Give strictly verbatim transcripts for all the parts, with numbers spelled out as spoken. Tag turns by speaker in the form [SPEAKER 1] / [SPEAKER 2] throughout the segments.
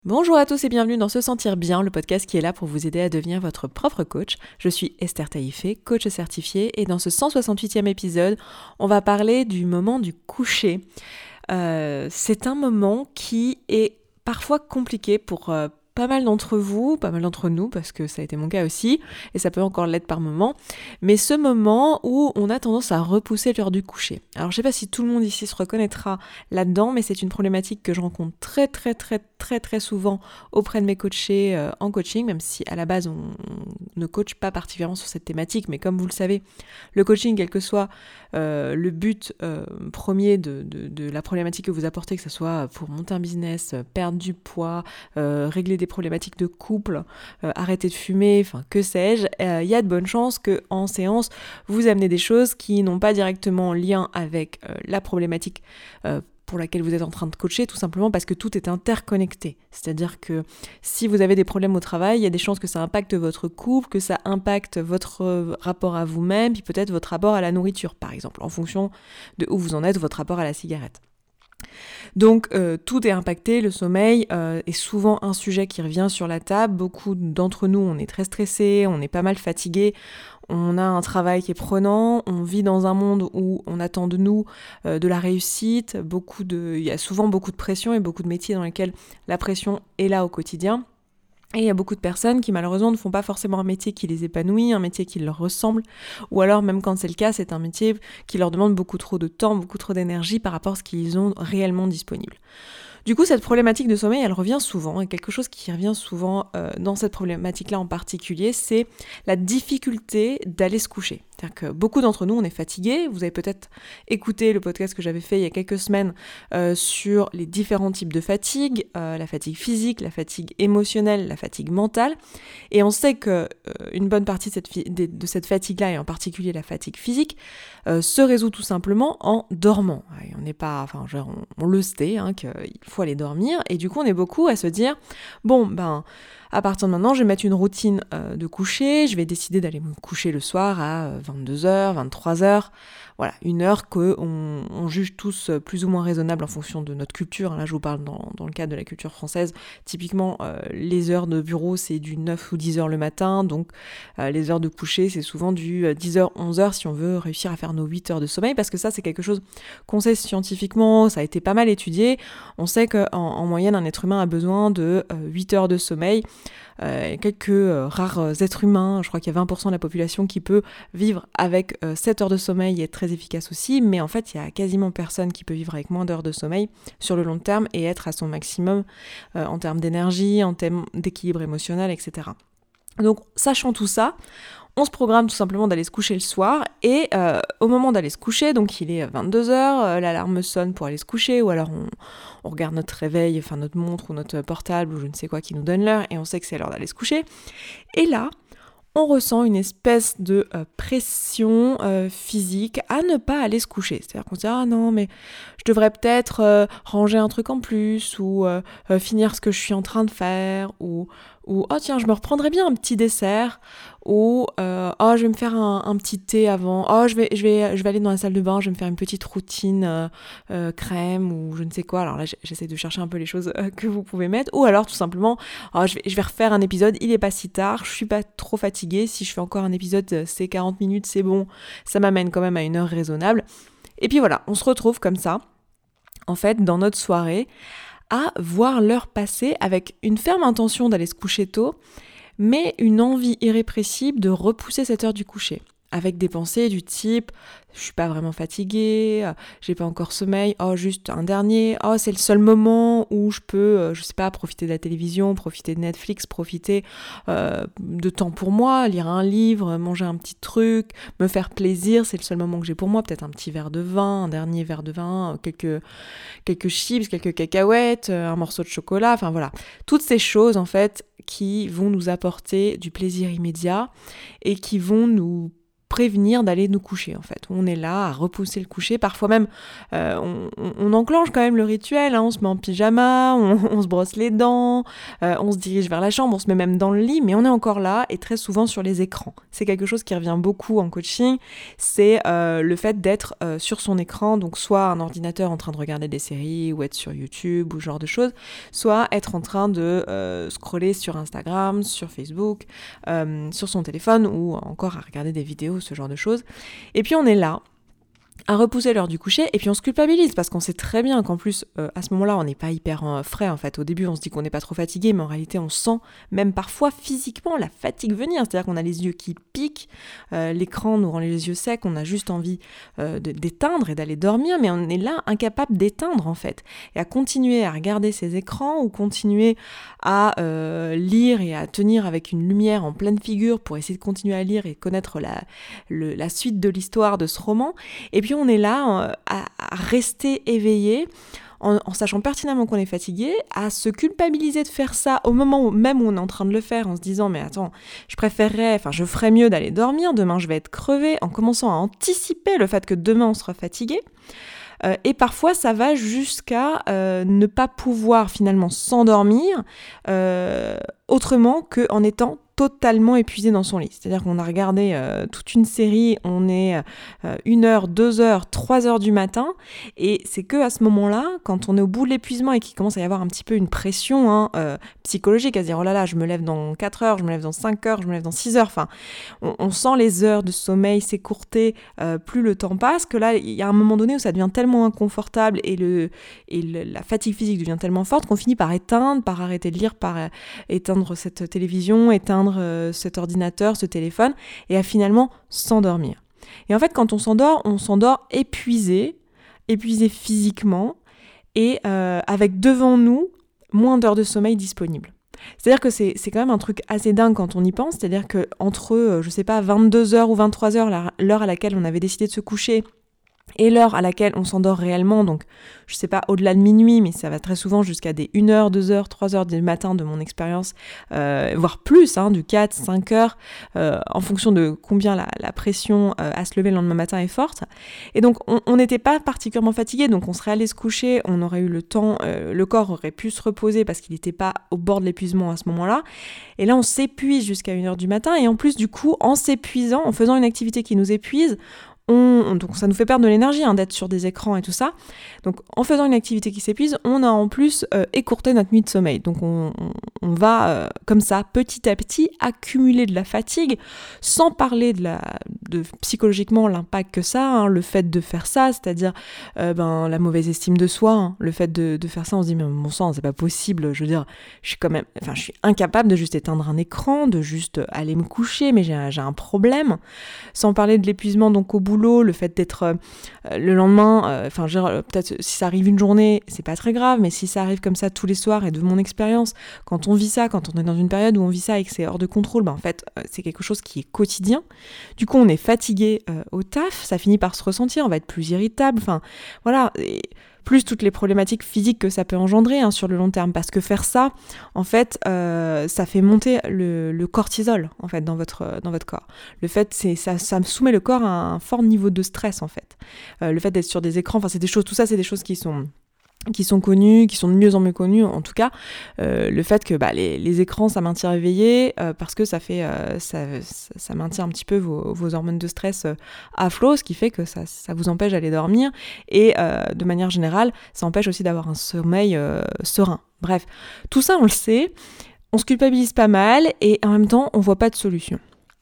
[SPEAKER 1] Bonjour à tous et bienvenue dans Se Sentir Bien, le podcast qui est là pour vous aider à devenir votre propre coach. Je suis Esther Taïfé, coach certifiée, et dans ce cent soixante-huitième épisode, on va parler du moment du coucher. Euh, c'est un moment qui est parfois compliqué pour euh, pas mal d'entre vous, pas mal d'entre nous, parce que ça a été mon cas aussi, et ça peut encore l'être par moment, mais ce moment où on a tendance à repousser l'heure du coucher. Alors je sais pas si tout le monde ici se reconnaîtra là-dedans, mais c'est une problématique que je rencontre très très très très très souvent auprès de mes coachés euh, en coaching, même si à la base on, on ne coach pas particulièrement sur cette thématique, mais comme vous le savez, le coaching, quel que soit euh, le but euh, premier de, de, de la problématique que vous apportez, que ce soit pour monter un business, perdre du poids, euh, régler des problématiques de couple, euh, arrêter de fumer, enfin que sais-je, il euh, y a de bonnes chances qu'en séance, vous amenez des choses qui n'ont pas directement lien avec euh, la problématique euh, pour laquelle vous êtes en train de coacher, tout simplement parce que tout est interconnecté. C'est-à-dire que si vous avez des problèmes au travail, il y a des chances que ça impacte votre couple, que ça impacte votre rapport à vous-même, puis peut-être votre rapport à la nourriture, par exemple, en fonction de où vous en êtes, votre rapport à la cigarette. Donc euh, tout est impacté, le sommeil euh, est souvent un sujet qui revient sur la table. Beaucoup d'entre nous, on est très stressés, on est pas mal fatigués, on a un travail qui est prenant, on vit dans un monde où on attend de nous euh, de la réussite, beaucoup de, il y a souvent beaucoup de pression et beaucoup de métiers dans lesquels la pression est là au quotidien. Et il y a beaucoup de personnes qui malheureusement ne font pas forcément un métier qui les épanouit, un métier qui leur ressemble, ou alors même quand c'est le cas, c'est un métier qui leur demande beaucoup trop de temps, beaucoup trop d'énergie par rapport à ce qu'ils ont réellement disponible. Du coup, cette problématique de sommeil, elle revient souvent, et quelque chose qui revient souvent euh, dans cette problématique-là en particulier, c'est la difficulté d'aller se coucher. C'est-à-dire que beaucoup d'entre nous, on est fatigués. Vous avez peut-être écouté le podcast que j'avais fait il y a quelques semaines euh, sur les différents types de fatigue, euh, la fatigue physique, la fatigue émotionnelle, la fatigue mentale. Et on sait que euh, une bonne partie de cette, fi- de, de cette fatigue-là, et en particulier la fatigue physique, euh, se résout tout simplement en dormant. Et on n'est pas, enfin, genre, on, on le sait, hein, qu'il faut aller dormir. Et du coup, on est beaucoup à se dire, bon, ben, à partir de maintenant, je vais mettre une routine euh, de coucher, je vais décider d'aller me coucher le soir à euh, vingt-deux heures, vingt-trois heures, voilà, une heure qu'on on juge tous plus ou moins raisonnable en fonction de notre culture. Là, je vous parle dans, dans le cadre de la culture française. Typiquement, euh, les heures de bureau, c'est du neuf ou dix heures le matin, donc euh, les heures de coucher, c'est souvent du dix heures, onze heures si on veut réussir à faire nos huit heures de sommeil, parce que ça, c'est quelque chose qu'on sait scientifiquement, ça a été pas mal étudié. On sait qu'en en moyenne, un être humain a besoin de euh, huit heures de sommeil. Euh, quelques euh, rares êtres humains, je crois qu'il y a vingt pour cent de la population qui peut vivre avec euh, sept heures de sommeil et être très efficace aussi, mais en fait il y a quasiment personne qui peut vivre avec moins d'heures de sommeil sur le long terme et être à son maximum euh, en termes d'énergie, en termes d'équilibre émotionnel, et cetera. Donc sachant tout ça, on se programme tout simplement d'aller se coucher le soir et euh, au moment d'aller se coucher, donc il est vingt-deux heures, euh, l'alarme sonne pour aller se coucher ou alors on, on regarde notre réveil, enfin notre montre ou notre portable ou je ne sais quoi qui nous donne l'heure et on sait que c'est l'heure d'aller se coucher. Et là, on ressent une espèce de euh, pression euh, physique à ne pas aller se coucher. C'est-à-dire qu'on se dit « Ah non, mais je devrais peut-être euh, ranger un truc en plus ou euh, euh, finir ce que je suis en train de faire ou, ou oh tiens, je me reprendrais bien un petit dessert ou euh, oh je vais me faire un, un petit thé avant, oh je vais, je, vais, je vais aller dans la salle de bain, je vais me faire une petite routine euh, euh, crème ou je ne sais quoi. » Alors là, j'essaie de chercher un peu les choses euh, que vous pouvez mettre. Ou alors tout simplement, oh, je, vais, je vais refaire un épisode, il est pas si tard, je suis pas trop fatiguée, si je fais encore un épisode, c'est quarante minutes, c'est bon, ça m'amène quand même à une heure raisonnable. Et puis voilà, on se retrouve comme ça, en fait, dans notre soirée, à voir l'heure passer avec une ferme intention d'aller se coucher tôt, mais une envie irrépressible de repousser cette heure du coucher, avec des pensées du type « je suis pas vraiment fatiguée, j'ai pas encore sommeil, oh juste un dernier, oh c'est le seul moment où je peux, je sais pas, profiter de la télévision, profiter de Netflix, profiter euh, de temps pour moi, lire un livre, manger un petit truc, me faire plaisir, c'est le seul moment que j'ai pour moi, peut-être un petit verre de vin, un dernier verre de vin, quelques, quelques chips, quelques cacahuètes, un morceau de chocolat, enfin voilà. Toutes ces choses en fait qui vont nous apporter du plaisir immédiat et qui vont nous prévenir d'aller nous coucher en fait. On est là à repousser le coucher, parfois même euh, on, on, on enclenche quand même le rituel, hein. On se met en pyjama, on, on se brosse les dents, euh, on se dirige vers la chambre, on se met même dans le lit, mais on est encore là et très souvent sur les écrans. C'est quelque chose qui revient beaucoup en coaching, c'est euh, le fait d'être euh, sur son écran, donc soit un ordinateur en train de regarder des séries ou être sur YouTube ou ce genre de choses, soit être en train de euh, scroller sur Instagram, sur Facebook, euh, sur son téléphone ou encore à regarder des vidéos, ce genre de choses. Et puis on est là, à repousser l'heure du coucher, et puis on se culpabilise, parce qu'on sait très bien qu'en plus, euh, à ce moment-là, on n'est pas hyper euh, frais, en fait. Au début, on se dit qu'on n'est pas trop fatigué, mais en réalité, on sent même parfois physiquement la fatigue venir, c'est-à-dire qu'on a les yeux qui piquent, euh, l'écran nous rend les yeux secs, on a juste envie euh, de, d'éteindre et d'aller dormir, mais on est là, incapable d'éteindre, en fait. Et à continuer à regarder ces écrans, ou continuer à euh, lire et à tenir avec une lumière en pleine figure pour essayer de continuer à lire et connaître la, le, la suite de l'histoire de ce roman, et puis on est là euh, à, à rester éveillé en, en sachant pertinemment qu'on est fatigué, à se culpabiliser de faire ça au moment où, même où on est en train de le faire, en se disant mais attends, je préférerais, enfin je ferais mieux d'aller dormir, demain je vais être crevé, en commençant à anticiper le fait que demain on sera fatigué. Euh, et parfois ça va jusqu'à euh, ne pas pouvoir finalement s'endormir euh, autrement qu'en étant totalement épuisé dans son lit. C'est-à-dire qu'on a regardé euh, toute une série, on est euh, une heure, deux heures, trois heures du matin, et c'est que à ce moment-là, quand on est au bout de l'épuisement et qu'il commence à y avoir un petit peu une pression hein, euh, psychologique, à se dire oh là là, je me lève dans quatre heures, je me lève dans cinq heures, je me lève dans six heures, enfin, on, on sent les heures de sommeil s'écourter, euh, plus le temps passe, que là, il y a un moment donné où ça devient tellement inconfortable et, le, et le, la fatigue physique devient tellement forte qu'on finit par éteindre, par arrêter de lire, par euh, éteindre cette télévision, éteindre euh, cet ordinateur, ce téléphone, et à finalement s'endormir. Et en fait, quand on s'endort, on s'endort épuisé, épuisé physiquement, et euh, avec devant nous moins d'heures de sommeil disponibles. C'est-à-dire que c'est, c'est quand même un truc assez dingue quand on y pense, c'est-à-dire qu'entre, euh, je sais pas, vingt-deux heures ou vingt-trois heures, la, l'heure à laquelle on avait décidé de se coucher, et l'heure à laquelle on s'endort réellement, donc je sais pas au-delà de minuit, mais ça va très souvent jusqu'à des une heure, deux heures, trois heures du matin de mon expérience, euh, voire plus, hein, du quatre, cinq heures, euh, en fonction de combien la, la pression euh, à se lever le lendemain matin est forte. Et donc on n'était pas particulièrement fatigué, donc on serait allé se coucher, on aurait eu le temps, euh, le corps aurait pu se reposer parce qu'il n'était pas au bord de l'épuisement à ce moment-là. Et là on s'épuise jusqu'à une heure du matin, et en plus du coup, en s'épuisant, en faisant une activité qui nous épuise, On, donc ça nous fait perdre de l'énergie hein, d'être sur des écrans et tout ça. Donc en faisant une activité qui s'épuise, on a en plus euh, écourté notre nuit de sommeil. Donc on, on, on va euh, comme ça petit à petit accumuler de la fatigue, sans parler de la, de psychologiquement l'impact que ça, hein, le fait de faire ça, c'est-à-dire euh, ben, la mauvaise estime de soi, hein, le fait de, de faire ça, on se dit mais bon sang, c'est pas possible, je veux dire, je suis quand même, enfin je suis incapable de juste éteindre un écran, de juste aller me coucher, mais j'ai, j'ai un problème. Sans parler de l'épuisement donc au boulot, le fait d'être euh, le lendemain, enfin euh, peut-être si ça arrive une journée, c'est pas très grave, mais si ça arrive comme ça tous les soirs, et de mon expérience, quand on vit ça, quand on est dans une période où on vit ça et que c'est hors de contrôle, ben en fait euh, c'est quelque chose qui est quotidien. Du coup on est fatigué euh, au taf, ça finit par se ressentir, on va être plus irritable, enfin voilà. Et plus toutes les problématiques physiques que ça peut engendrer hein, sur le long terme, parce que faire ça, en fait, euh, ça fait monter le, le cortisol en fait dans votre dans votre corps. Le fait, c'est ça, ça soumet le corps à un fort niveau de stress en fait. Euh, le fait d'être sur des écrans, enfin c'est des choses, tout ça, c'est des choses qui sont qui sont connus, qui sont de mieux en mieux connus en tout cas, euh, le fait que bah, les, les écrans ça maintient éveillé euh, parce que ça fait euh, ça, ça maintient un petit peu vos, vos hormones de stress euh, à flot, ce qui fait que ça, ça vous empêche d'aller dormir et euh, de manière générale ça empêche aussi d'avoir un sommeil euh, serein. Bref, tout ça on le sait, on se culpabilise pas mal et en même temps on voit pas de solution.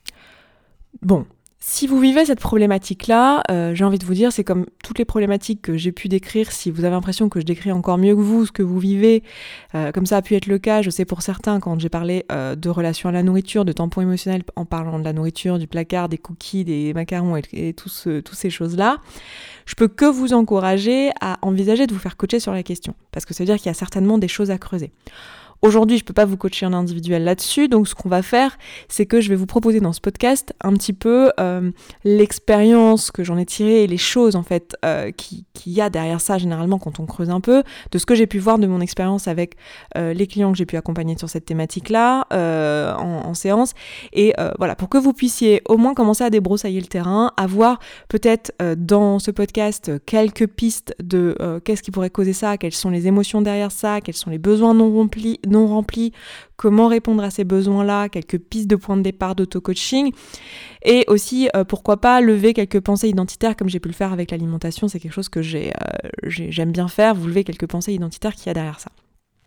[SPEAKER 1] Bon, si vous vivez cette problématique-là, euh, j'ai envie de vous dire, c'est comme toutes les problématiques que j'ai pu décrire, si vous avez l'impression que je décris encore mieux que vous ce que vous vivez, euh, comme ça a pu être le cas, je sais pour certains, quand j'ai parlé euh, de relations à la nourriture, de tampons émotionnels en parlant de la nourriture, du placard, des cookies, des macarons et, et tout ce, toutes ces choses-là, je peux que vous encourager à envisager de vous faire coacher sur la question, parce que ça veut dire qu'il y a certainement des choses à creuser. Aujourd'hui, je ne peux pas vous coacher en individuel là-dessus, donc ce qu'on va faire, c'est que je vais vous proposer dans ce podcast un petit peu euh, l'expérience que j'en ai tirée et les choses en fait euh, qui, qu'il y a derrière ça généralement quand on creuse un peu, de ce que j'ai pu voir de mon expérience avec euh, les clients que j'ai pu accompagner sur cette thématique-là euh, en, en séance, et euh, voilà, pour que vous puissiez au moins commencer à débroussailler le terrain, avoir peut-être euh, dans ce podcast quelques pistes de euh, qu'est-ce qui pourrait causer ça, quelles sont les émotions derrière ça, quels sont les besoins non remplis, non remplis, comment répondre à ces besoins-là, quelques pistes de points de départ d'auto-coaching, et aussi, euh, pourquoi pas, lever quelques pensées identitaires, comme j'ai pu le faire avec l'alimentation, c'est quelque chose que j'ai, euh, j'ai, j'aime bien faire, vous levez quelques pensées identitaires qu'il y a derrière ça.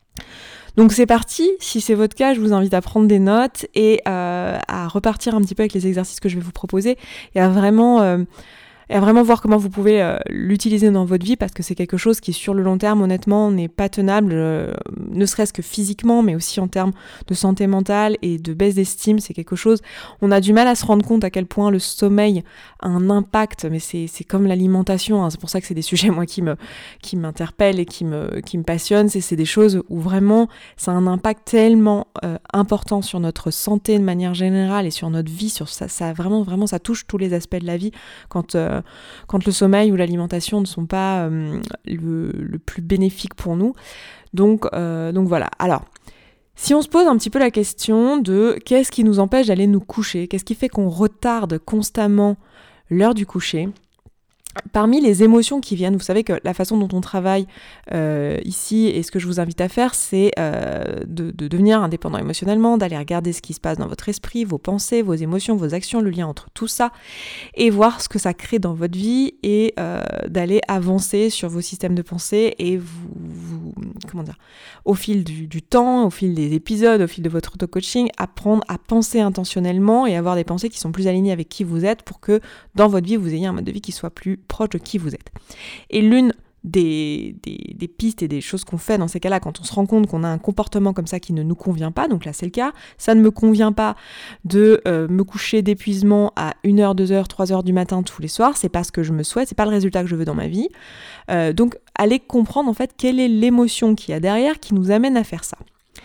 [SPEAKER 1] Donc c'est parti, si c'est votre cas, je vous invite à prendre des notes et euh, à repartir un petit peu avec les exercices que je vais vous proposer, et à vraiment... Euh, et à vraiment voir comment vous pouvez euh, l'utiliser dans votre vie, parce que c'est quelque chose qui sur le long terme honnêtement n'est pas tenable, euh, ne serait-ce que physiquement, mais aussi en termes de santé mentale et de baisse d'estime. C'est quelque chose, on a du mal à se rendre compte à quel point le sommeil a un impact, mais c'est, c'est comme l'alimentation, hein. C'est pour ça que c'est des sujets moi qui, me, qui m'interpellent et qui me, qui me passionnent, c'est, c'est des choses où vraiment ça a un impact tellement euh, important sur notre santé de manière générale et sur notre vie, sur ça, ça vraiment, vraiment ça touche tous les aspects de la vie quand euh, quand le sommeil ou l'alimentation ne sont pas euh, le, le plus bénéfique pour nous. Donc, euh, donc voilà. Alors, si on se pose un petit peu la question de qu'est-ce qui nous empêche d'aller nous coucher, qu'est-ce qui fait qu'on retarde constamment l'heure du coucher ? Parmi les émotions qui viennent, vous savez que la façon dont on travaille euh, ici, et ce que je vous invite à faire, c'est euh, de, de devenir indépendant émotionnellement, d'aller regarder ce qui se passe dans votre esprit, vos pensées, vos émotions, vos actions, le lien entre tout ça, et voir ce que ça crée dans votre vie, et euh, d'aller avancer sur vos systèmes de pensée, et vous, vous comment dire, au fil du, du temps, au fil des épisodes, au fil de votre auto-coaching, apprendre à penser intentionnellement et avoir des pensées qui sont plus alignées avec qui vous êtes, pour que dans votre vie, vous ayez un mode de vie qui soit plus proche de qui vous êtes. Et l'une des, des, des pistes et des choses qu'on fait dans ces cas-là, quand on se rend compte qu'on a un comportement comme ça qui ne nous convient pas, donc là c'est le cas, ça ne me convient pas de euh, me coucher d'épuisement à une heure, deux heures, trois heures du matin tous les soirs, c'est pas ce que je me souhaite, c'est pas le résultat que je veux dans ma vie. Euh, donc allez comprendre en fait quelle est l'émotion qu'il y a derrière qui nous amène à faire ça.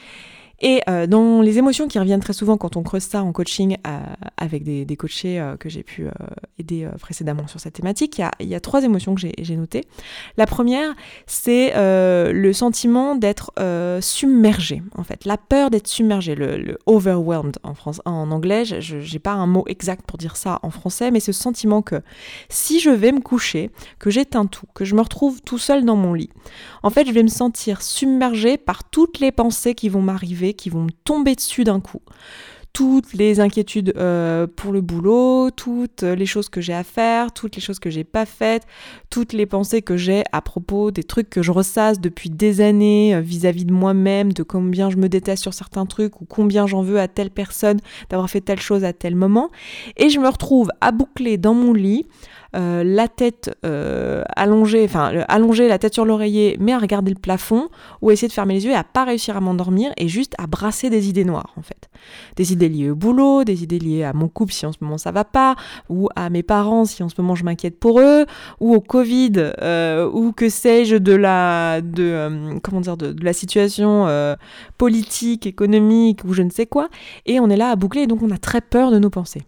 [SPEAKER 1] Et euh, dans les émotions qui reviennent très souvent quand on creuse ça en coaching euh, avec des, des coachés euh, que j'ai pu euh, aider euh, précédemment sur cette thématique, il y a, il y a trois émotions que j'ai, j'ai notées. La première, c'est euh, le sentiment d'être euh, submergé, en fait, la peur d'être submergé, le, le overwhelmed en, France, en anglais, je n'ai pas un mot exact pour dire ça en français, mais ce sentiment que si je vais me coucher, que j'éteins tout, que je me retrouve tout seul dans mon lit, en fait, je vais me sentir submergé par toutes les pensées qui vont m'arriver, qui vont me tomber dessus d'un coup. Toutes les inquiétudes euh, pour le boulot, toutes les choses que j'ai à faire, toutes les choses que j'ai pas faites, toutes les pensées que j'ai à propos des trucs que je ressasse depuis des années euh, vis-à-vis de moi-même, de combien je me déteste sur certains trucs ou combien j'en veux à telle personne d'avoir fait telle chose à tel moment. Et je me retrouve à boucler dans mon lit, Euh, la tête euh, allongée, enfin euh, allongée, la tête sur l'oreiller, mais à regarder le plafond, ou à essayer de fermer les yeux et à pas réussir à m'endormir, et juste à brasser des idées noires en fait. Des idées liées au boulot, des idées liées à mon couple si en ce moment ça va pas, ou à mes parents si en ce moment je m'inquiète pour eux, ou au Covid, euh, ou que sais-je de la, de, euh, comment dire, de, de la situation euh, politique, économique, ou je ne sais quoi, et on est là à boucler, et donc on a très peur de nos pensées.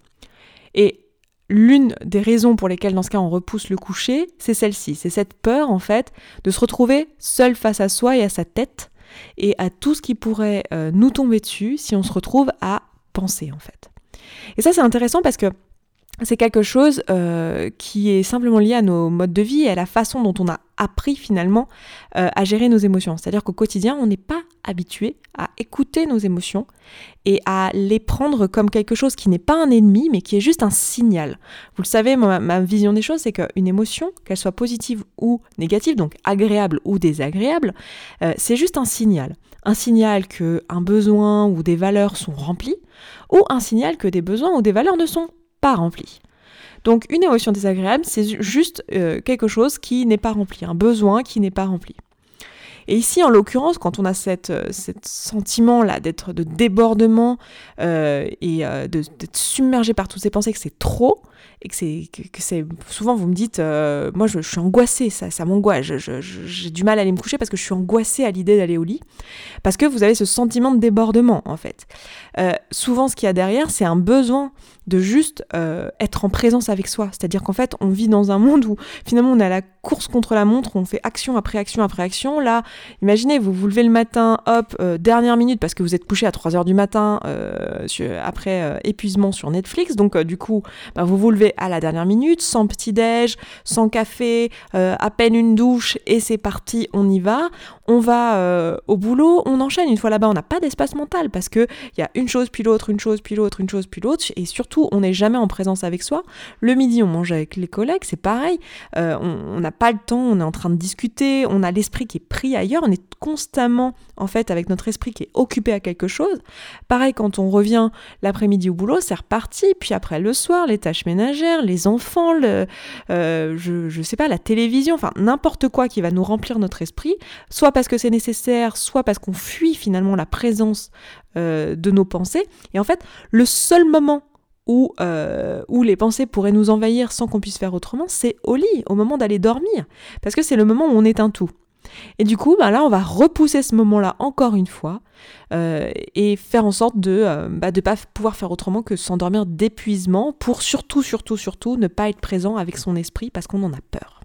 [SPEAKER 1] Et l'une des raisons pour lesquelles, dans ce cas, on repousse le coucher, c'est celle-ci. C'est cette peur, en fait, de se retrouver seul face à soi et à sa tête et à tout ce qui pourrait euh, nous tomber dessus si on se retrouve à penser, en fait. Et ça, c'est intéressant parce que c'est quelque chose euh, qui est simplement lié à nos modes de vie et à la façon dont on a appris finalement euh, à gérer nos émotions. C'est-à-dire qu'au quotidien, on n'est pas habitué à écouter nos émotions et à les prendre comme quelque chose qui n'est pas un ennemi, mais qui est juste un signal. Vous le savez, ma, ma vision des choses, c'est qu'une émotion, qu'elle soit positive ou négative, donc agréable ou désagréable, euh, c'est juste un signal. Un signal qu'un besoin ou des valeurs sont remplis, ou un signal que des besoins ou des valeurs ne sont pas rempli. Donc une émotion désagréable, c'est juste euh, quelque chose qui n'est pas rempli, un besoin qui n'est pas rempli. Et ici, en l'occurrence, quand on a cette, euh, cet sentiment-là d'être de débordement euh, et euh, de, d'être submergé par toutes ces pensées, que c'est trop, et que c'est, que, que c'est souvent vous me dites, euh, moi je, je suis angoissée, ça, ça m'angoisse, je, je, je, j'ai du mal à aller me coucher parce que je suis angoissée à l'idée d'aller au lit, parce que vous avez ce sentiment de débordement en fait. Euh, souvent ce qu'il y a derrière, c'est un besoin de juste euh, être en présence avec soi, c'est-à-dire qu'en fait on vit dans un monde où finalement on est à la course contre la montre, on fait action après action après action. Là, imaginez, vous vous levez le matin, hop, euh, dernière minute parce que vous êtes couché à trois heures du matin euh, sur, après euh, épuisement sur Netflix, donc euh, du coup bah, vous vous levez à la dernière minute, sans petit-déj, sans café, euh, à peine une douche et c'est parti, on y va. On va euh, au boulot, on enchaîne. Une fois là-bas, on n'a pas d'espace mental parce qu'il y a une chose, puis l'autre, une chose, puis l'autre, une chose, puis l'autre. Et surtout, on n'est jamais en présence avec soi. Le midi, on mange avec les collègues, c'est pareil. Euh, on n'a pas le temps, on est en train de discuter, on a l'esprit qui est pris ailleurs. On est constamment, en fait, avec notre esprit qui est occupé à quelque chose. Pareil, quand on revient l'après-midi au boulot, c'est reparti. Puis après, le soir, les tâches ménagères, les enfants, le, euh, je, je sais pas, la télévision, enfin, n'importe quoi qui va nous remplir notre esprit, soit parce que c'est nécessaire, soit parce qu'on fuit finalement la présence euh, de nos pensées. Et en fait, le seul moment où, euh, où les pensées pourraient nous envahir sans qu'on puisse faire autrement, c'est au lit, au moment d'aller dormir. Parce que c'est le moment où on éteint tout. Et du coup, bah là, on va repousser ce moment-là encore une fois euh, et faire en sorte de euh, bah, de pas pouvoir faire autrement que s'endormir d'épuisement pour surtout, surtout, surtout ne pas être présent avec son esprit parce qu'on en a peur.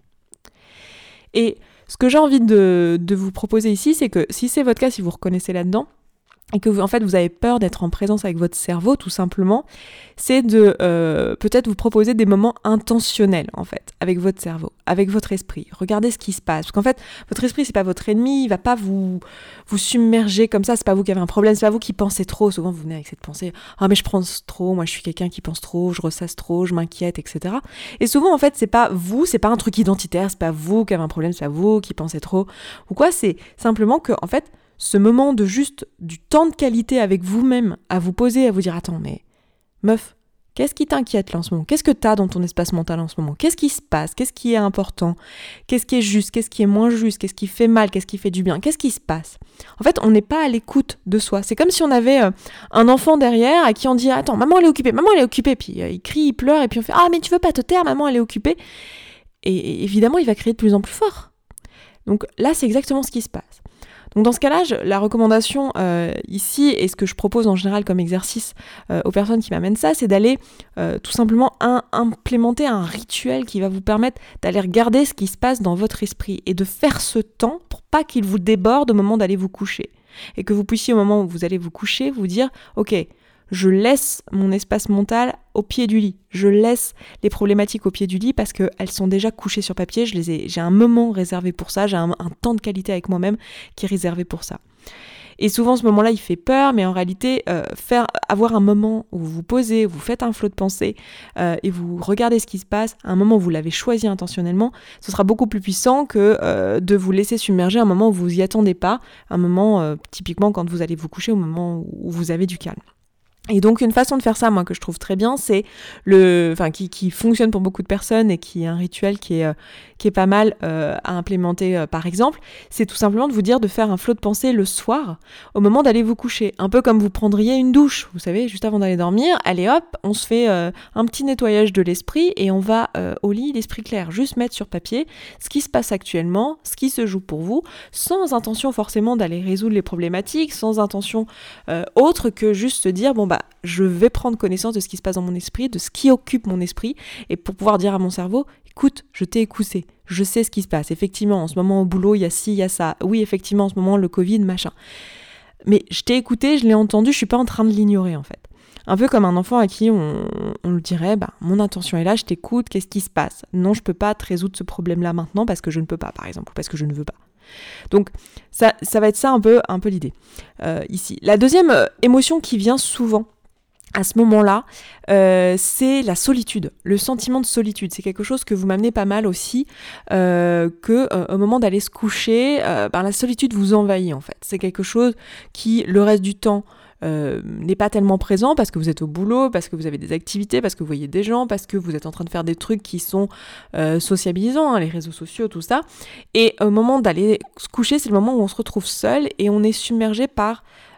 [SPEAKER 1] Et ce que j'ai envie de, de vous proposer ici, c'est que si c'est votre cas, si vous reconnaissez là-dedans, et que vous, en fait, vous avez peur d'être en présence avec votre cerveau, tout simplement, c'est de euh, peut-être vous proposer des moments intentionnels, en fait, avec votre cerveau, avec votre esprit. Regardez ce qui se passe. Parce qu'en fait, votre esprit, c'est pas votre ennemi, il va pas vous, vous submerger comme ça, c'est pas vous qui avez un problème, c'est pas vous qui pensez trop. Souvent, vous venez avec cette pensée « Ah, mais je pense trop, moi je suis quelqu'un qui pense trop, je ressasse trop, je m'inquiète, et cetera » Et souvent, en fait, c'est pas vous, c'est pas un truc identitaire, c'est pas vous qui avez un problème, c'est pas vous qui pensez trop, ou quoi, c'est simplement que, en fait, ce moment de juste du temps de qualité avec vous-même, à vous poser, à vous dire « Attends, mais meuf, qu'est-ce qui t'inquiète là en ce moment ? Qu'est-ce que t'as dans ton espace mental en ce moment ? Qu'est-ce qui se passe ? Qu'est-ce qui est important ? Qu'est-ce qui est juste ? Qu'est-ce qui est moins juste ? Qu'est-ce qui fait mal ? Qu'est-ce qui fait du bien ? Qu'est-ce qui se passe ? » En fait, on n'est pas à l'écoute de soi. C'est comme si on avait euh, un enfant derrière à qui on dit « Attends, maman elle est occupée, maman elle est occupée ». Puis euh, il crie, il pleure et puis on fait « Ah mais tu veux pas te taire, maman elle est occupée ». Et évidemment, il va crier de plus en plus fort. Donc là, c'est exactement ce qui se passe. Donc dans ce cas-là, je, la recommandation euh, ici, et ce que je propose en général comme exercice euh, aux personnes qui m'amènent ça, c'est d'aller euh, tout simplement un, implémenter un rituel qui va vous permettre d'aller regarder ce qui se passe dans votre esprit et de faire ce temps pour pas qu'il vous déborde au moment d'aller vous coucher. Et que vous puissiez au moment où vous allez vous coucher, vous dire « Ok, je laisse mon espace mental au pied du lit. Je laisse les problématiques au pied du lit parce qu'elles sont déjà couchées sur papier. Je les ai, j'ai un moment réservé pour ça. J'ai un, un temps de qualité avec moi-même qui est réservé pour ça. » Et souvent, ce moment-là, il fait peur, mais en réalité, euh, faire, avoir un moment où vous vous posez, vous faites un flot de pensée euh, et vous regardez ce qui se passe, un moment où vous l'avez choisi intentionnellement, ce sera beaucoup plus puissant que euh, de vous laisser submerger à un moment où vous y attendez pas, un moment, euh, typiquement, quand vous allez vous coucher, au moment où vous avez du calme. Et donc une façon de faire ça, moi, que je trouve très bien, c'est le, enfin qui, qui fonctionne pour beaucoup de personnes et qui est un rituel qui est, euh, qui est pas mal euh, à implémenter euh, par exemple, c'est tout simplement de vous dire de faire un flot de pensée le soir au moment d'aller vous coucher. Un peu comme vous prendriez une douche, vous savez, juste avant d'aller dormir, allez hop, on se fait euh, un petit nettoyage de l'esprit et on va euh, au lit l'esprit clair, juste mettre sur papier ce qui se passe actuellement, ce qui se joue pour vous, sans intention forcément d'aller résoudre les problématiques, sans intention euh, autre que juste se dire bon bah je vais prendre connaissance de ce qui se passe dans mon esprit, de ce qui occupe mon esprit, et pour pouvoir dire à mon cerveau, écoute, je t'ai écouté, je sais ce qui se passe. Effectivement, en ce moment au boulot, il y a ci, il y a ça. Oui, effectivement, en ce moment, le Covid, machin. Mais je t'ai écouté, je l'ai entendu, je suis pas en train de l'ignorer, en fait. Un peu comme un enfant à qui on, on le dirait, bah, mon intention est là, je t'écoute, qu'est-ce qui se passe ? Non, je peux pas te résoudre ce problème-là maintenant parce que je ne peux pas, par exemple, ou parce que je ne veux pas. Donc ça, ça va être ça un peu, un peu l'idée euh, ici. La deuxième euh, émotion qui vient souvent à ce moment-là, euh, c'est la solitude, le sentiment de solitude. C'est quelque chose que vous m'amenez pas mal aussi, euh, que euh, au moment d'aller se coucher, euh, ben, la solitude vous envahit en fait. C'est quelque chose qui, le reste du temps, Euh, n'est pas tellement présent parce que vous êtes au boulot, parce que vous avez des activités, parce que vous voyez des gens, parce que vous êtes en train de faire des trucs qui sont euh, sociabilisants, hein, les réseaux sociaux, tout ça. Et au moment d'aller se coucher, c'est le moment où on se retrouve seul et on est submergé par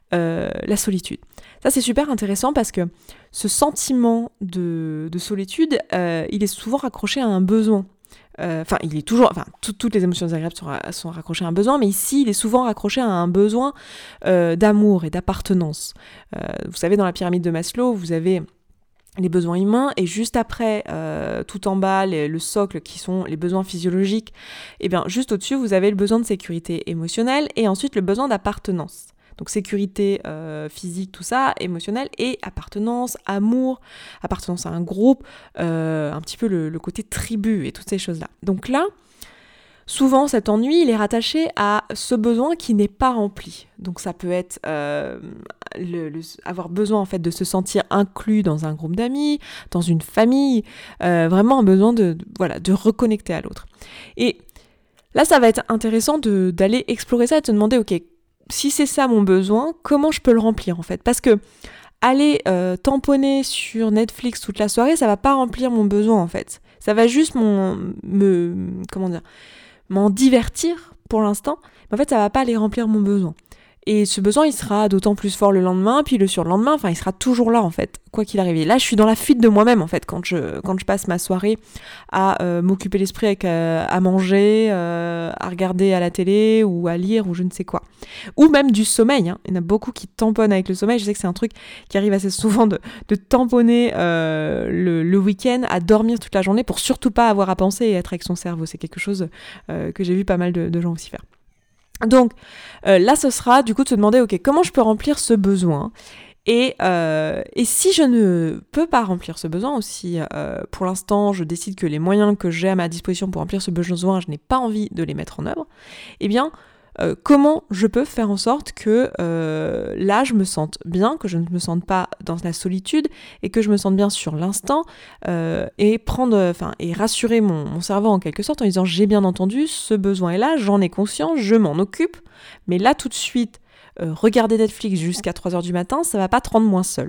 [SPEAKER 1] euh, la solitude. Ça, c'est super intéressant parce que ce sentiment de, de solitude, euh, il est souvent raccroché à un besoin. Enfin, euh, il est toujours, enfin, tout, toutes les émotions désagréables sont, sont raccrochées à un besoin, mais ici, il est souvent raccroché à un besoin euh, d'amour et d'appartenance. Euh, vous savez, dans la pyramide de Maslow, vous avez les besoins humains, et juste après, euh, tout en bas, les, le socle qui sont les besoins physiologiques, et bien juste au-dessus, vous avez le besoin de sécurité émotionnelle, et ensuite le besoin d'appartenance. Donc sécurité euh, physique, tout ça, émotionnelle, et appartenance, amour, appartenance à un groupe, euh, un petit peu le, le côté tribu, et toutes ces choses-là. Donc là, souvent, cet ennui, il est rattaché à ce besoin qui n'est pas rempli. Donc ça peut être euh, le, le, avoir besoin en fait de se sentir inclus dans un groupe d'amis, dans une famille, euh, vraiment un besoin de, de, voilà, de reconnecter à l'autre. Et là, ça va être intéressant de, d'aller explorer ça et de se demander, ok, si c'est ça mon besoin, comment je peux le remplir en fait ? Parce que aller euh, tamponner sur Netflix toute la soirée, ça va pas remplir mon besoin en fait. Ça va juste mon, me, comment dire, m'en divertir pour l'instant, mais en fait ça va pas aller remplir mon besoin. Et ce besoin il sera d'autant plus fort le lendemain, puis le surlendemain, enfin il sera toujours là en fait, quoi qu'il arrive. Et là je suis dans la fuite de moi-même en fait, quand je, quand je passe ma soirée à euh, m'occuper l'esprit avec euh, à manger, euh, à regarder à la télé ou à lire ou je ne sais quoi. Ou même du sommeil, hein. Il y en a beaucoup qui tamponnent avec le sommeil, je sais que c'est un truc qui arrive assez souvent de, de tamponner euh, le, le week-end à dormir toute la journée pour surtout pas avoir à penser et être avec son cerveau. C'est quelque chose euh, que j'ai vu pas mal de, de gens aussi faire. Donc euh, là ce sera du coup de se demander ok comment je peux remplir ce besoin et, euh, et si je ne peux pas remplir ce besoin ou si euh, pour l'instant je décide que les moyens que j'ai à ma disposition pour remplir ce besoin je n'ai pas envie de les mettre en œuvre, eh bien Euh, comment je peux faire en sorte que euh, là je me sente bien, que je ne me sente pas dans la solitude et que je me sente bien sur l'instant euh, et prendre, enfin et rassurer mon, mon cerveau en quelque sorte en disant j'ai bien entendu, ce besoin est là, j'en ai conscience, je m'en occupe, mais là tout de suite euh, regarder Netflix jusqu'à trois heures du matin, ça va pas te rendre moins seul.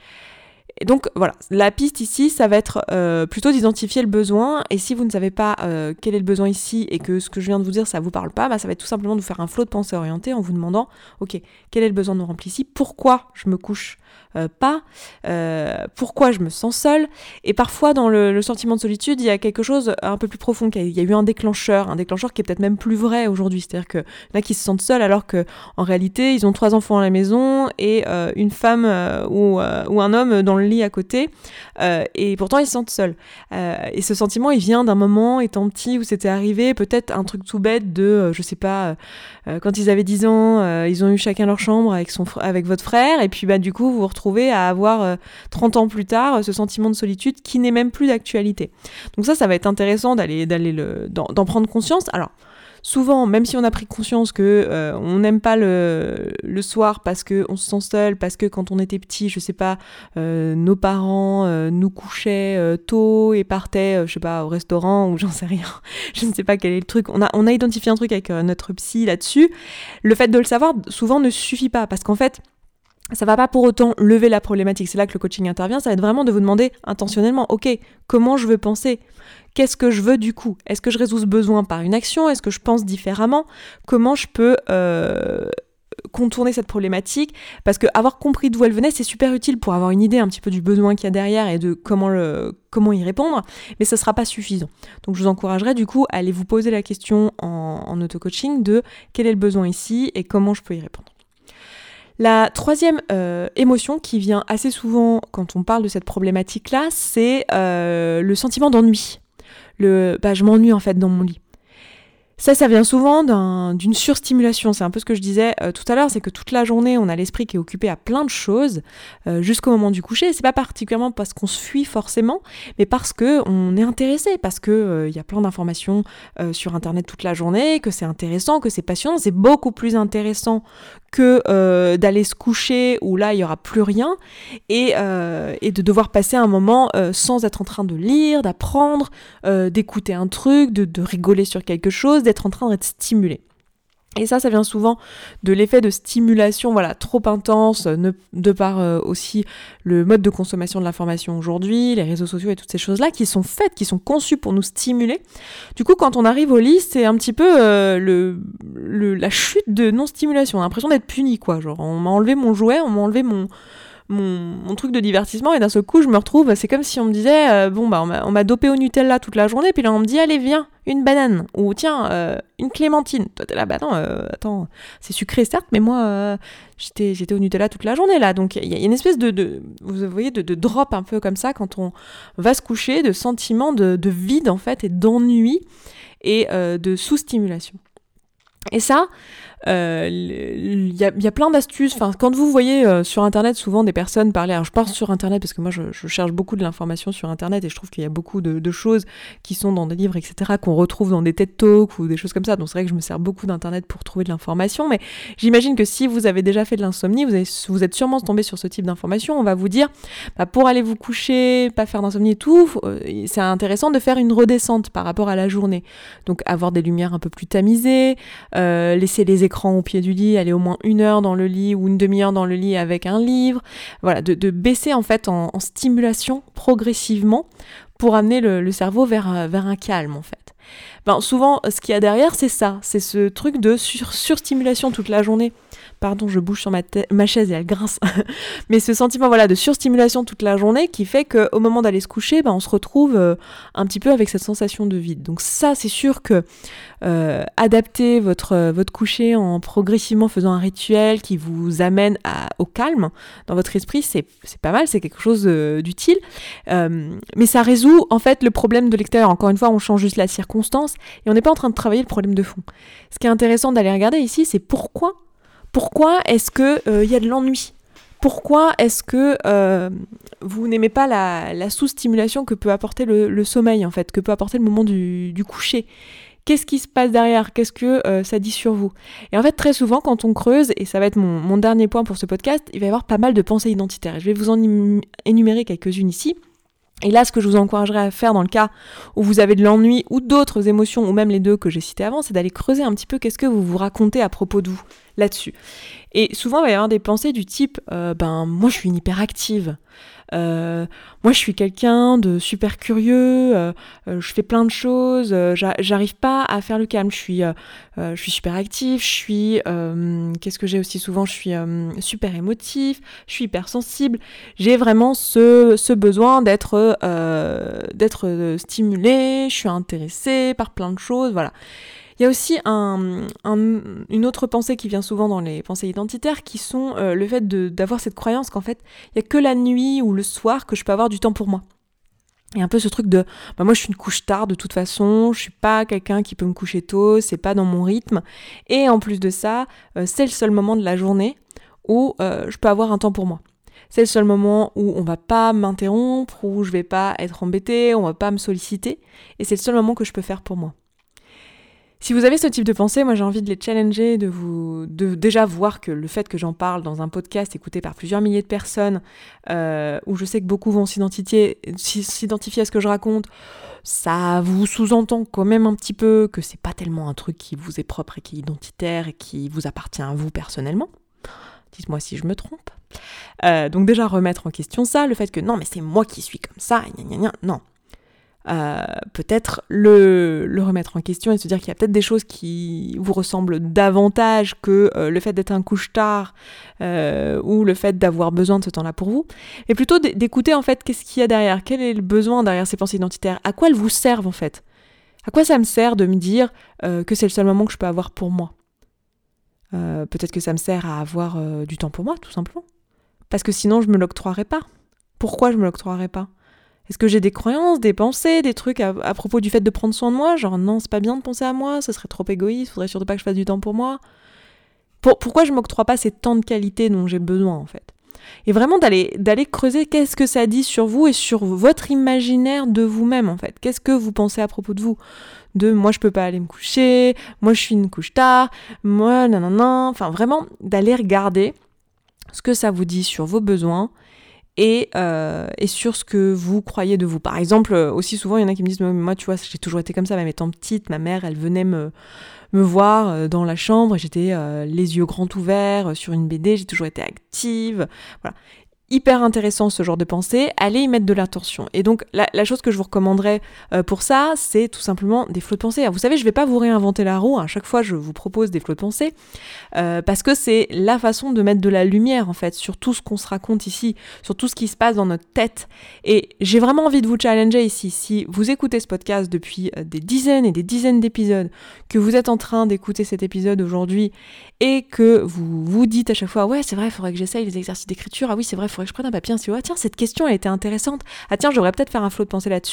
[SPEAKER 1] Et donc voilà, la piste ici, ça va être euh, plutôt d'identifier le besoin, et si vous ne savez pas euh, quel est le besoin ici et que ce que je viens de vous dire ça vous parle pas, bah, ça va être tout simplement de vous faire un flot de pensée orientée en vous demandant ok, quel est le besoin non rempli ici, pourquoi je me couche euh, pas, euh, pourquoi je me sens seule, et parfois dans le, le sentiment de solitude il y a quelque chose un peu plus profond, il y a eu un déclencheur, un déclencheur qui est peut-être même plus vrai aujourd'hui, c'est-à-dire qu'il y en a qui se sentent seuls alors qu'en réalité ils ont trois enfants à la maison et euh, une femme euh, ou, euh, ou un homme dans le lit à côté euh, et pourtant ils se sentent seuls euh, et ce sentiment il vient d'un moment étant petit où c'était arrivé peut-être un truc tout bête de euh, je sais pas euh, quand ils avaient dix ans euh, ils ont eu chacun leur chambre avec, son fr- avec votre frère et puis bah du coup vous vous retrouvez à avoir euh, trente ans plus tard euh, ce sentiment de solitude qui n'est même plus d'actualité. Donc ça ça va être intéressant d'aller, d'aller le, d'en, d'en prendre conscience. Alors souvent, même si on a pris conscience que euh, on n'aime pas le, le soir parce qu'on se sent seul, parce que quand on était petit, je sais pas, euh, nos parents euh, nous couchaient euh, tôt et partaient, euh, je sais pas, au restaurant ou j'en sais rien, je ne sais pas quel est le truc. On a, on a identifié un truc avec euh, notre psy là-dessus. Le fait de le savoir, souvent, ne suffit pas parce qu'en fait, ça va pas pour autant lever la problématique. C'est là que le coaching intervient. Ça va être vraiment de vous demander intentionnellement, ok, comment je veux penser ? Qu'est-ce que je veux du coup ? Est-ce que je résous ce besoin par une action ? Est-ce que je pense différemment ? Comment je peux euh, contourner cette problématique ? Parce que avoir compris d'où elle venait, c'est super utile pour avoir une idée un petit peu du besoin qu'il y a derrière et de comment, le, comment y répondre, mais ça ne sera pas suffisant. Donc je vous encouragerais du coup à aller vous poser la question en, en auto-coaching de quel est le besoin ici et comment je peux y répondre. La troisième euh, émotion qui vient assez souvent quand on parle de cette problématique-là, c'est euh, le sentiment d'ennui. Le bah, je m'ennuie en fait dans mon lit. Ça, ça vient souvent d'un, d'une surstimulation. C'est un peu ce que je disais euh, tout à l'heure, c'est que toute la journée, on a l'esprit qui est occupé à plein de choses euh, jusqu'au moment du coucher. C'est pas particulièrement parce qu'on se fuit forcément, mais parce qu'on est intéressé, parce qu'il euh, y a plein d'informations euh, sur Internet toute la journée, que c'est intéressant, que c'est passionnant. C'est beaucoup plus intéressant que euh, d'aller se coucher où là, il n'y aura plus rien et, euh, et de devoir passer un moment euh, sans être en train de lire, d'apprendre, euh, d'écouter un truc, de, de rigoler sur quelque chose, d'être en train d'être stimulé. Et ça, ça vient souvent de l'effet de stimulation, voilà, trop intense, ne, de par euh, aussi le mode de consommation de l'information aujourd'hui, les réseaux sociaux et toutes ces choses-là qui sont faites, qui sont conçues pour nous stimuler. Du coup, quand on arrive au lit, c'est un petit peu euh, le, le, la chute de non-stimulation. On a l'impression d'être puni, quoi. Genre, on m'a enlevé mon jouet, on m'a enlevé mon... Mon, mon truc de divertissement et d'un seul coup je me retrouve, c'est comme si on me disait euh, bon bah on m'a, on m'a dopé au Nutella toute la journée, puis là on me dit allez viens, une banane, ou tiens euh, une clémentine. Toi t'es là, bah non euh, attends, c'est sucré certes, mais moi euh, j'étais, j'étais au Nutella toute la journée là, donc il y, y a une espèce de, de vous voyez de, de drop un peu comme ça quand on va se coucher, de sentiment de, de vide en fait et d'ennui et euh, de sous-stimulation. Et ça, il euh, y, a, y a plein d'astuces. Enfin, quand vous voyez euh, sur Internet souvent des personnes parler, alors je parle sur Internet parce que moi je, je cherche beaucoup de l'information sur Internet et je trouve qu'il y a beaucoup de, de choses qui sont dans des livres, et cetera, qu'on retrouve dans des TED Talks ou des choses comme ça. Donc c'est vrai que je me sers beaucoup d'Internet pour trouver de l'information, mais j'imagine que si vous avez déjà fait de l'insomnie, vous, avez, vous êtes sûrement tombé sur ce type d'information. On va vous dire, bah, pour aller vous coucher, pas faire d'insomnie et tout, euh, c'est intéressant de faire une redescente par rapport à la journée. Donc avoir des lumières un peu plus tamisées, euh, laisser les écran au pied du lit, aller au moins une heure dans le lit ou une demi-heure dans le lit avec un livre, voilà, de, de baisser en fait en, en stimulation progressivement pour amener le, le cerveau vers, vers un calme en fait. Ben, souvent, ce qu'il y a derrière, c'est ça, c'est ce truc de sur, surstimulation toute la journée. Pardon, je bouge sur ma, te- ma chaise et elle grince. Mais ce sentiment voilà, de surstimulation toute la journée qui fait qu'au moment d'aller se coucher, ben, on se retrouve euh, un petit peu avec cette sensation de vide. Donc ça, c'est sûr que euh, adapter votre, euh, votre coucher en progressivement faisant un rituel qui vous amène à, au calme dans votre esprit, c'est, c'est pas mal, c'est quelque chose euh, d'utile. Euh, mais ça résout en fait le problème de l'extérieur. Encore une fois, on change juste la circonstance et on n'est pas en train de travailler le problème de fond. Ce qui est intéressant d'aller regarder ici, c'est pourquoi Pourquoi est-ce qu'il euh, y a de l'ennui ? Pourquoi est-ce que euh, vous n'aimez pas la, la sous-stimulation que peut apporter le, le sommeil, en fait, que peut apporter le moment du, du coucher ? Qu'est-ce qui se passe derrière ? Qu'est-ce que euh, ça dit sur vous ? Et en fait, très souvent, quand on creuse, et ça va être mon, mon dernier point pour ce podcast, il va y avoir pas mal de pensées identitaires. Et je vais vous en énumérer quelques-unes ici. Et là, ce que je vous encouragerais à faire dans le cas où vous avez de l'ennui ou d'autres émotions, ou même les deux que j'ai citées avant, c'est d'aller creuser un petit peu qu'est-ce que vous vous racontez à propos de vous là-dessus. Et souvent, il va y avoir des pensées du type euh, « ben, moi, je suis une hyperactive. Euh, moi, je suis quelqu'un de super curieux. Euh, euh, je fais plein de choses. Euh, j'a- j'arrive pas à faire le calme. Je suis, euh, euh, je suis super active. Je suis... Euh, qu'est-ce que j'ai aussi souvent ? Je suis euh, super émotif. Je suis hyper sensible. J'ai vraiment ce, ce besoin d'être, euh, d'être stimulée. Je suis intéressée par plein de choses. Voilà. » Il y a aussi un, un, une autre pensée qui vient souvent dans les pensées identitaires qui sont euh, le fait de, d'avoir cette croyance qu'en fait, il n'y a que la nuit ou le soir que je peux avoir du temps pour moi. Et un peu ce truc de, bah moi je suis une couche tard de toute façon, je suis pas quelqu'un qui peut me coucher tôt, c'est pas dans mon rythme. Et en plus de ça, euh, c'est le seul moment de la journée où euh, je peux avoir un temps pour moi. C'est le seul moment où on va pas m'interrompre, où je vais pas être embêtée, on va pas me solliciter. Et c'est le seul moment que je peux faire pour moi. Si vous avez ce type de pensée, moi j'ai envie de les challenger, de vous, de déjà voir que le fait que j'en parle dans un podcast écouté par plusieurs milliers de personnes, euh, où je sais que beaucoup vont s'identifier, s'identifier à ce que je raconte, ça vous sous-entend quand même un petit peu que c'est pas tellement un truc qui vous est propre et qui est identitaire et qui vous appartient à vous personnellement. Dites-moi si je me trompe. Euh, donc déjà remettre en question ça, le fait que non mais c'est moi qui suis comme ça, gna gna gna, non. Euh, peut-être le, le remettre en question et se dire qu'il y a peut-être des choses qui vous ressemblent davantage que euh, le fait d'être un couche-tard euh, ou le fait d'avoir besoin de ce temps-là pour vous, mais plutôt d'écouter en fait qu'est-ce qu'il y a derrière, quel est le besoin derrière ces pensées identitaires, à quoi elles vous servent en fait, à quoi ça me sert de me dire euh, que c'est le seul moment que je peux avoir pour moi. Euh, peut-être que ça me sert à avoir euh, du temps pour moi tout simplement, parce que sinon je me l'octroierais pas. Pourquoi je me l'octroierais pas ? Est-ce que j'ai des croyances, des pensées, des trucs à, à propos du fait de prendre soin de moi ? Genre non, c'est pas bien de penser à moi, ce serait trop égoïste, faudrait surtout pas que je fasse du temps pour moi. Pour, pourquoi je m'octroie pas ces temps de qualité dont j'ai besoin en fait ? Et vraiment d'aller, d'aller creuser qu'est-ce que ça dit sur vous et sur votre imaginaire de vous-même en fait. Qu'est-ce que vous pensez à propos de vous ? De moi je peux pas aller me coucher, moi je suis une couche tard, moi nanana, enfin vraiment d'aller regarder ce que ça vous dit sur vos besoins. et, euh, et sur ce que vous croyez de vous. Par exemple, aussi souvent, il y en a qui me disent « Moi, tu vois, j'ai toujours été comme ça, même étant petite, ma mère, elle venait me, me voir dans la chambre, et j'étais euh, les yeux grands ouverts sur une B D, j'ai toujours été active. » Voilà. Hyper intéressant ce genre de pensée, allez y mettre de l'attention. Et donc la, la chose que je vous recommanderais euh, pour ça, c'est tout simplement des flots de pensée. Alors, vous savez, je vais pas vous réinventer la roue, à chaque fois je vous propose des flots de pensée, euh, parce que c'est la façon de mettre de la lumière en fait sur tout ce qu'on se raconte ici, sur tout ce qui se passe dans notre tête. Et j'ai vraiment envie de vous challenger ici. Si vous écoutez ce podcast depuis euh, des dizaines et des dizaines d'épisodes, que vous êtes en train d'écouter cet épisode aujourd'hui, et que vous vous dites à chaque fois « Ouais, c'est vrai, il faudrait que j'essaye les exercices d'écriture. Ah oui, c'est vrai, il faudrait que je prenne un papier, un stylo. Ah tiens, cette question, elle était intéressante. Ah tiens, je devrais peut-être faire un flot de pensée là-dessus. »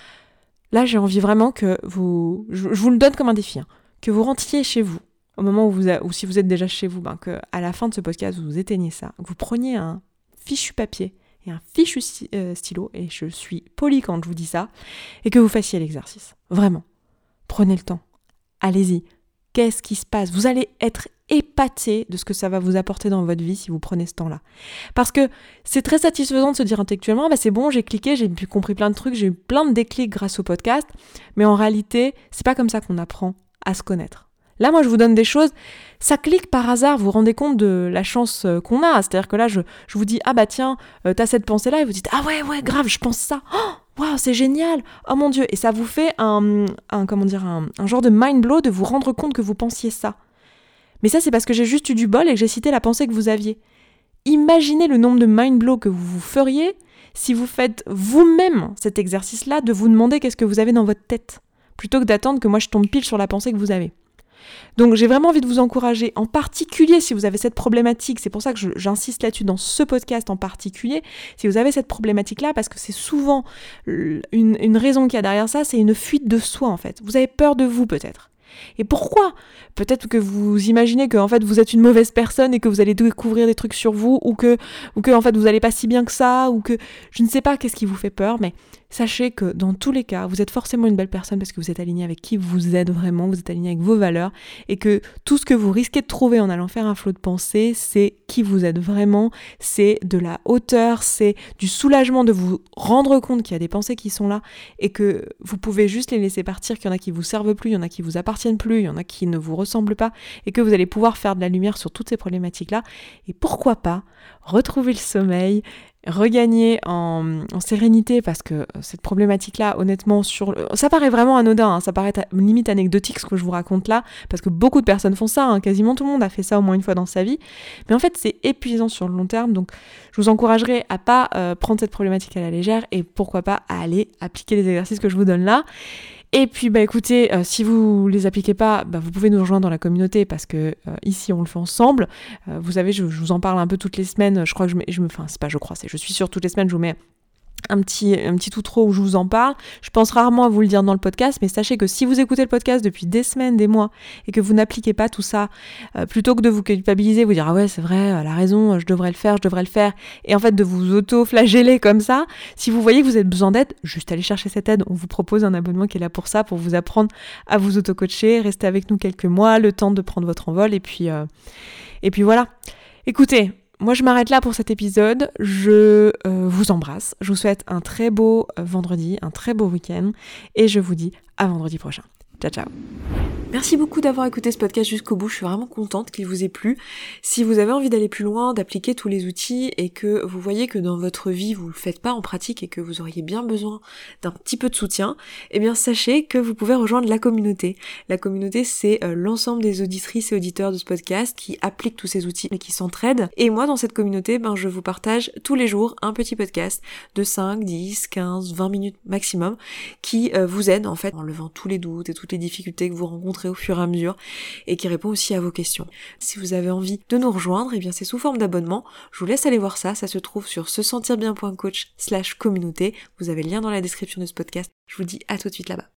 [SPEAKER 1] Là, j'ai envie vraiment que vous... Je, je vous le donne comme un défi, hein, que vous rentriez chez vous, au moment où vous... A... ou si vous êtes déjà chez vous, ben, qu'à la fin de ce podcast, vous éteignez ça, que vous preniez un fichu papier et un fichu sti- euh, stylo, et je suis polie quand je vous dis ça, et que vous fassiez l'exercice. Vraiment. Prenez le temps. Allez-y. Qu'est-ce qui se passe ? Vous allez être épaté de ce que ça va vous apporter dans votre vie si vous prenez ce temps-là. Parce que c'est très satisfaisant de se dire intellectuellement, bah c'est bon, j'ai cliqué, j'ai compris plein de trucs, j'ai eu plein de déclics grâce au podcast, mais en réalité, c'est pas comme ça qu'on apprend à se connaître. Là, moi, je vous donne des choses, ça clique par hasard, vous vous rendez compte de la chance qu'on a, c'est-à-dire que là, je, je vous dis, ah bah tiens, euh, t'as cette pensée-là, et vous dites, ah ouais, ouais, grave, je pense ça, oh waouh, c'est génial, oh mon Dieu, et ça vous fait un, un comment dire, un, un genre de mind blow de vous rendre compte que vous pensiez ça. Mais ça, c'est parce que j'ai juste eu du bol et que j'ai cité la pensée que vous aviez. Imaginez le nombre de mind blow que vous vous feriez si vous faites vous-même cet exercice-là de vous demander qu'est-ce que vous avez dans votre tête, plutôt que d'attendre que moi je tombe pile sur la pensée que vous avez. Donc j'ai vraiment envie de vous encourager, en particulier si vous avez cette problématique, c'est pour ça que je, j'insiste là-dessus dans ce podcast en particulier, si vous avez cette problématique-là, parce que c'est souvent une, une raison qu'il y a derrière ça, c'est une fuite de soi en fait. Vous avez peur de vous peut-être. Et pourquoi ? Peut-être que vous imaginez que en fait vous êtes une mauvaise personne et que vous allez découvrir des trucs sur vous, ou que ou que en fait vous allez pas si bien que ça, ou que je ne sais pas qu'est-ce qui vous fait peur, mais sachez que dans tous les cas, vous êtes forcément une belle personne parce que vous êtes aligné avec qui vous êtes vraiment, vous êtes aligné avec vos valeurs, et que tout ce que vous risquez de trouver en allant faire un flot de pensée, c'est qui vous êtes vraiment, c'est de la hauteur, c'est du soulagement de vous rendre compte qu'il y a des pensées qui sont là et que vous pouvez juste les laisser partir, qu'il y en a qui vous servent plus, il y en a qui vous appartiennent plus, il y en a qui ne vous ressemblent pas, et que vous allez pouvoir faire de la lumière sur toutes ces problématiques-là, et pourquoi pas retrouver le sommeil, regagner en, en sérénité, parce que cette problématique-là, honnêtement, sur le... ça paraît vraiment anodin, hein, ça paraît ta... limite anecdotique ce que je vous raconte là, parce que beaucoup de personnes font ça, hein, quasiment tout le monde a fait ça au moins une fois dans sa vie, mais en fait c'est épuisant sur le long terme, donc je vous encouragerai à pas euh, prendre cette problématique à la légère, et pourquoi pas à aller appliquer les exercices que je vous donne là. Et puis bah écoutez, euh, si vous les appliquez pas, bah, vous pouvez nous rejoindre dans la communauté, parce que euh, ici on le fait ensemble. Euh, vous savez, je, je vous en parle un peu toutes les semaines. Je crois que je, mets, je me, enfin c'est pas je crois, c'est je suis sûre toutes les semaines je vous mets un petit, un petit outro où je vous en parle. Je pense rarement à vous le dire dans le podcast, mais sachez que si vous écoutez le podcast depuis des semaines, des mois, et que vous n'appliquez pas tout ça, euh, plutôt que de vous culpabiliser, vous dire « Ah ouais, c'est vrai, elle a raison, je devrais le faire, je devrais le faire », et en fait de vous auto-flageller comme ça, si vous voyez que vous avez besoin d'aide, juste allez chercher cette aide. On vous propose un abonnement qui est là pour ça, pour vous apprendre à vous auto-coacher, rester avec nous quelques mois, le temps de prendre votre envol, et puis, euh, et puis voilà. Écoutez, moi, je m'arrête là pour cet épisode. Je euh, vous embrasse. Je vous souhaite un très beau vendredi, un très beau week-end. Et je vous dis à vendredi prochain. Ciao, ciao. Merci beaucoup d'avoir écouté ce podcast jusqu'au bout, je suis vraiment contente qu'il vous ait plu. Si vous avez envie d'aller plus loin, d'appliquer tous les outils et que vous voyez que dans votre vie vous le faites pas en pratique et que vous auriez bien besoin d'un petit peu de soutien, eh bien sachez que vous pouvez rejoindre la communauté. La communauté, c'est euh, l'ensemble des auditrices et auditeurs de ce podcast qui appliquent tous ces outils et qui s'entraident. Et moi, dans cette communauté, ben je vous partage tous les jours un petit podcast de cinq, dix, quinze, vingt minutes maximum qui euh, vous aide en fait en levant tous les doutes et toutes les difficultés que vous rencontrez au fur et à mesure et qui répond aussi à vos questions. Si vous avez envie de nous rejoindre, eh bien c'est sous forme d'abonnement. Je vous laisse aller voir ça, ça se trouve sur se sentir bien point coach slash communauté. Vous avez le lien dans la description de ce podcast. Je vous dis à tout de suite là-bas.